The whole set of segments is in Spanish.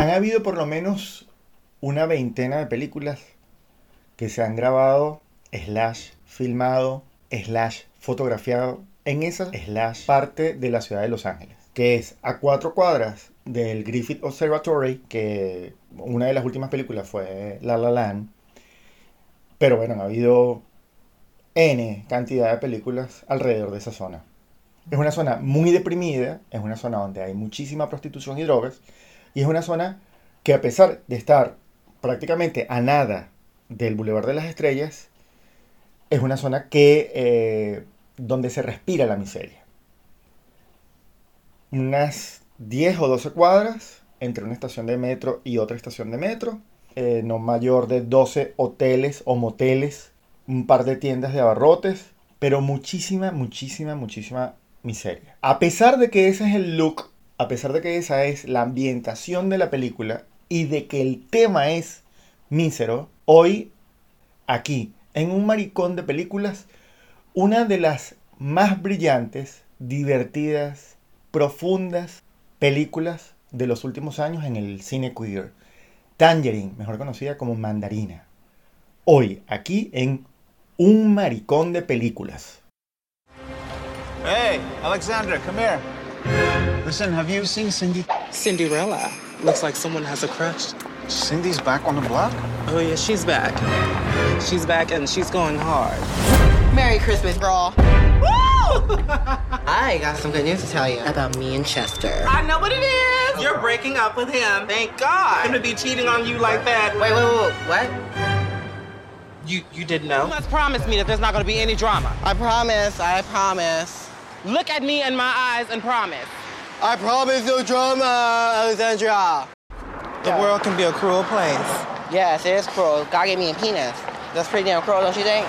Han habido por lo menos una veintena de películas que se han grabado, filmado, fotografiado en esa parte de la ciudad de Los Ángeles, que es a 4 cuadras del Griffith Observatory, que una de las últimas películas fue La La Land. Pero bueno, ha habido N cantidad de películas alrededor de esa zona. Es una zona muy deprimida, es una zona donde hay muchísima prostitución y drogas, y es una zona que, a pesar de estar prácticamente a nada del Boulevard de las Estrellas, es una zona que donde se respira la miseria. Unas 10 o 12 cuadras entre una estación de metro y otra estación de metro, no mayor de 12 hoteles o moteles, un par de tiendas de abarrotes, pero muchísima miseria. A pesar de que ese es el look, a pesar de que esa es la ambientación de la película y de que el tema es mísero, hoy, aquí, en un maricón de películas, una de las más brillantes, divertidas, profundas películas de los últimos años en el cine queer. Tangerine, mejor conocida como Mandarina. Hoy, aquí, en un maricón de películas. Hey, Alexandra, come here. Listen, have you seen Cindy? Cinderella. Looks like someone has a crush. Cindy's back on the block? Oh, yeah, she's back. She's back and she's going hard. Merry Christmas, girl. Woo! I got some good news to tell you about me and Chester. I know what it is. You're breaking up with him. Thank God. Him to be cheating on you like that. Wait, what? You didn't know? You must promise me that there's not going to be any drama. I promise. Look at me in my eyes and promise. I promise no drama, Alexandra. The world can be a cruel place. Yes, it is cruel. God gave me a penis. That's pretty damn cruel, don't you think?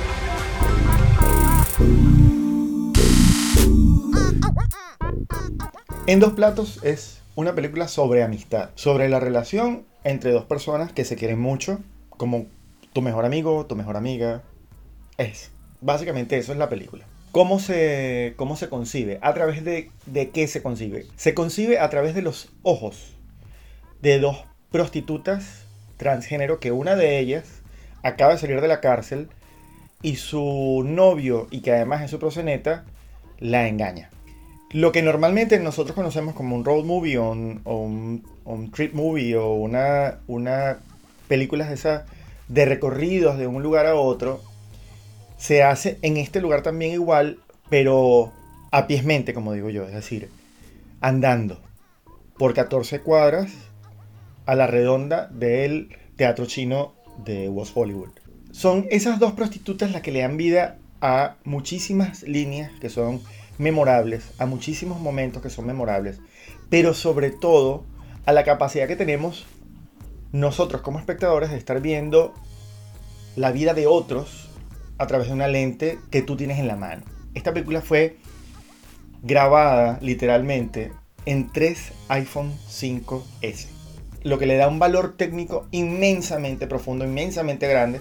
En Dos Platos es una película sobre amistad, sobre la relación entre dos personas que se quieren mucho, como tu mejor amigo, tu mejor amiga. Básicamente eso es la película. ¿Cómo se concibe? ¿A través de qué se concibe? Se concibe a través de los ojos de dos prostitutas transgénero, que una de ellas acaba de salir de la cárcel y su novio, y que además es su proxeneta, la engaña. Lo que normalmente nosotros conocemos como un road movie o un trip movie o una película de recorridos de un lugar a otro, se hace en este lugar también igual, pero a piesmente, como digo yo, es decir, andando por 14 cuadras a la redonda del Teatro Chino de West Hollywood. Son esas dos prostitutas las que le dan vida a muchísimas líneas que son memorables, a muchísimos momentos que son memorables, pero sobre todo a la capacidad que tenemos nosotros como espectadores de estar viendo la vida de otros a través de una lente que tú tienes en la mano. Esta película fue grabada literalmente en 3 iPhone 5S, lo que le da un valor técnico inmensamente profundo, inmensamente grande,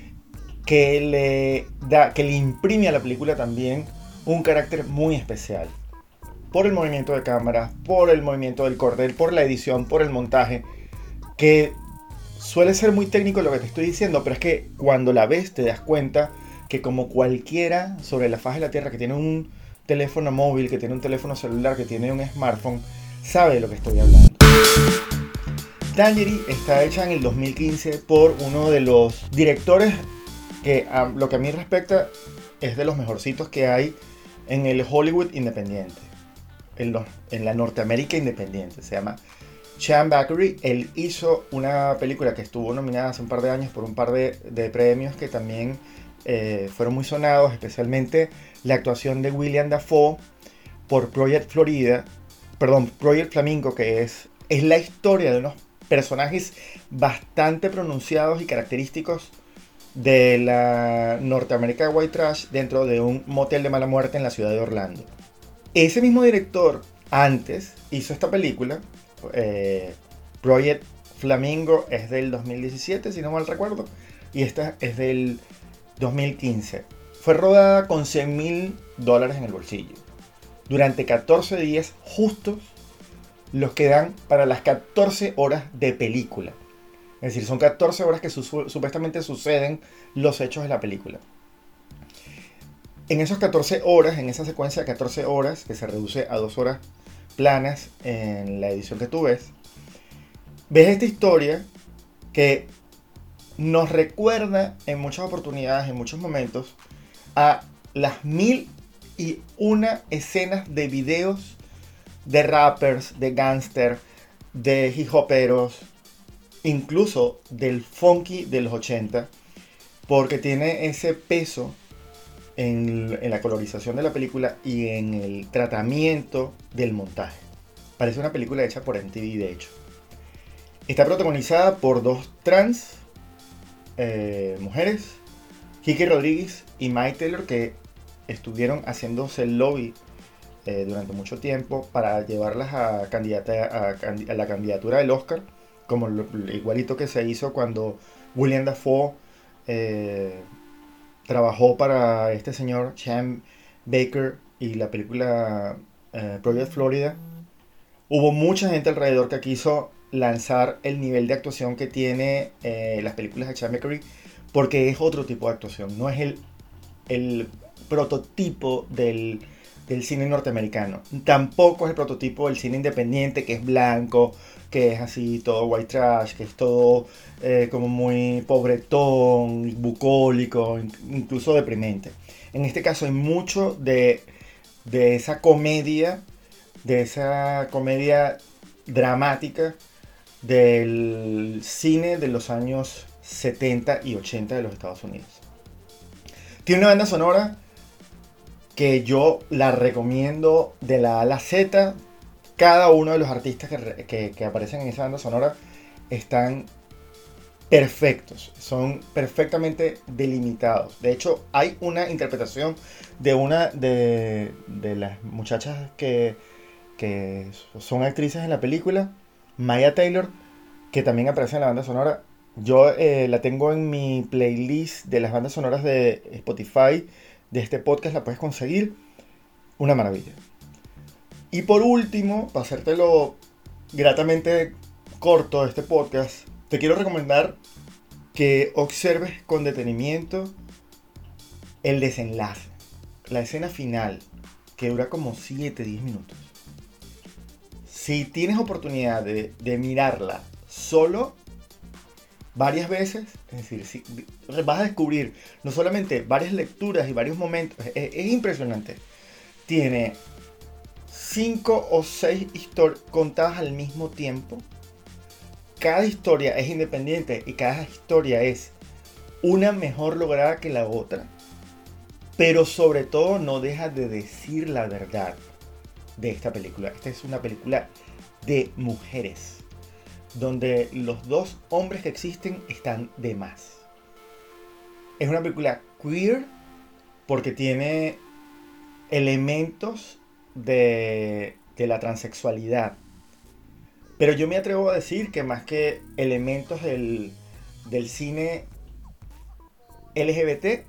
que le imprime a la película también un carácter muy especial. Por el movimiento de cámara, por el movimiento del cordel, por la edición, por el montaje, que suele ser muy técnico lo que te estoy diciendo, pero es que cuando la ves te das cuenta que, como cualquiera sobre la faz de la tierra que tiene un teléfono móvil, que tiene un teléfono celular, que tiene un smartphone, sabe de lo que estoy hablando. Tangerine está hecha en el 2015 por uno de los directores que, a lo que a mí respecta, es de los mejorcitos que hay en el Hollywood independiente, en la Norteamérica independiente. Se llama Sean Bakery. Él hizo una película que estuvo nominada hace un par de años por un par de premios que también fueron muy sonados, especialmente la actuación de William Dafoe por Project Flamingo, que es la historia de unos personajes bastante pronunciados y característicos de la Norteamérica White Trash dentro de un motel de mala muerte en la ciudad de Orlando. Ese mismo director antes hizo esta película, Project Flamingo es del 2017 si no mal recuerdo, y esta es del 2015. Fue rodada con $100,000 en el bolsillo durante 14 días justos los que dan para las 14 horas de película. Es decir, son 14 horas que supuestamente suceden los hechos de la película. En esas 14 horas, en esa secuencia de 14 horas, que se reduce a 2 horas planas en la edición que tú ves esta historia que nos recuerda en muchas oportunidades, en muchos momentos, a las 1001 escenas de videos de rappers, de gangster, de hip hoperos, incluso del funky de los 80, porque tiene ese peso en la colorización de la película y en el tratamiento del montaje. Parece una película hecha por MTV, de hecho. Está protagonizada por dos trans mujeres, Kiki Rodríguez y Mai Taylor, que estuvieron haciéndose el lobby durante mucho tiempo para llevarlas a la candidatura del Oscar, como igualito que se hizo cuando William Dafoe trabajó para este señor Sean Baker y la película Project Florida. Hubo mucha gente alrededor que quiso lanzar el nivel de actuación que tiene las películas de Sean Baker, porque es otro tipo de actuación, no es el prototipo del cine norteamericano. Tampoco es el prototipo del cine independiente, que es blanco, que es así todo white trash, que es todo como muy pobretón, bucólico, incluso deprimente. En este caso hay mucho de esa comedia, dramática del cine de los años 70 y 80 de los Estados Unidos. Tiene una banda sonora que yo la recomiendo de la A a la Z. Cada uno de los artistas que aparecen en esa banda sonora están perfectos, son perfectamente delimitados. De hecho, hay una interpretación de una de las muchachas que son actrices en la película, Maya Taylor, que también aparece en la banda sonora. Yo la tengo en mi playlist de las bandas sonoras de Spotify de este podcast, la puedes conseguir. Una maravilla. Y por último, para hacértelo gratamente corto este podcast, te quiero recomendar que observes con detenimiento el desenlace, la escena final, que dura como 7-10 minutos. Si tienes oportunidad de mirarla solo varias veces, es decir, si vas a descubrir no solamente varias lecturas y varios momentos, es impresionante. Tiene 5 o 6 historias contadas al mismo tiempo. Cada historia es independiente y cada historia es una mejor lograda que la otra, pero sobre todo no deja de decir la verdad de esta película. Esta es una película de mujeres, donde los dos hombres que existen están de más. Es una película queer porque tiene elementos de la transexualidad. Pero yo me atrevo a decir que más que elementos del cine LGBTQ+,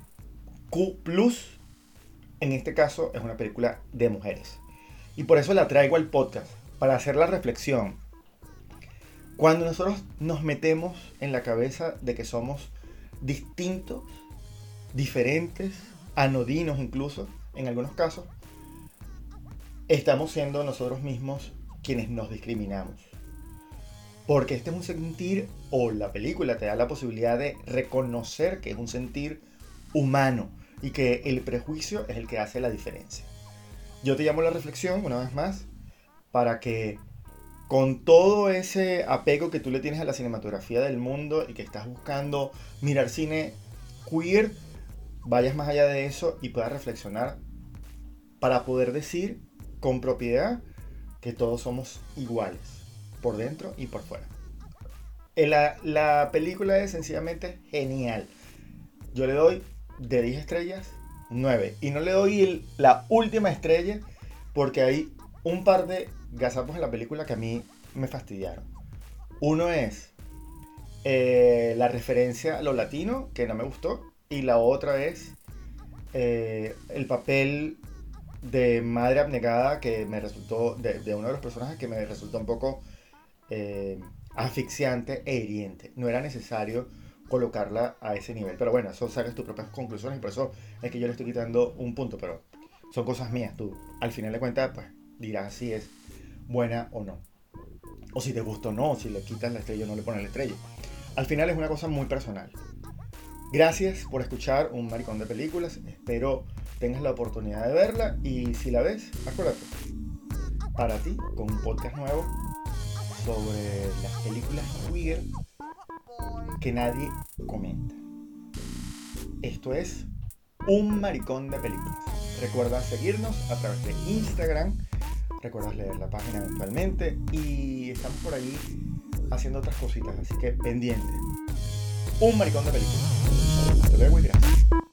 en este caso es una película de mujeres. Y por eso la traigo al podcast, para hacer la reflexión. Cuando nosotros nos metemos en la cabeza de que somos distintos, diferentes, anodinos incluso, en algunos casos, estamos siendo nosotros mismos quienes nos discriminamos. Porque este es un sentir, o la película te da la posibilidad de reconocer que es un sentir humano y que el prejuicio es el que hace la diferencia. Yo te llamo a la reflexión una vez más para que con todo ese apego que tú le tienes a la cinematografía del mundo y que estás buscando mirar cine queer, vayas más allá de eso y puedas reflexionar para poder decir con propiedad que todos somos iguales, por dentro y por fuera. La película es sencillamente genial. Yo le doy de 10 estrellas 9. Y no le doy la última estrella porque hay un par de gazapos en la película que a mí me fastidiaron. Uno es la referencia a lo latino, que no me gustó. Y la otra es el papel de madre abnegada que me resultó, de uno de los personajes que me resultó un poco asfixiante e hiriente. No era necesario colocarla a ese nivel, pero bueno, eso sacas tus propias conclusiones y por eso es que yo le estoy quitando un punto, pero son cosas mías. Tú al final de cuentas pues dirás si es buena o no, o si te gusta o no, o si le quitas la estrella o no le pones la estrella. Al final es una cosa muy personal. Gracias por escuchar un maricón de películas, espero tengas la oportunidad de verla y si la ves, acuérdate, para ti, con un podcast nuevo sobre las películas queer que nadie comenta. Esto es Un Maricón de Películas. Recuerda seguirnos a través de Instagram, recuerda leer la página eventualmente y estamos por ahí haciendo otras cositas, así que pendiente. Un Maricón de Películas. Hasta luego y gracias.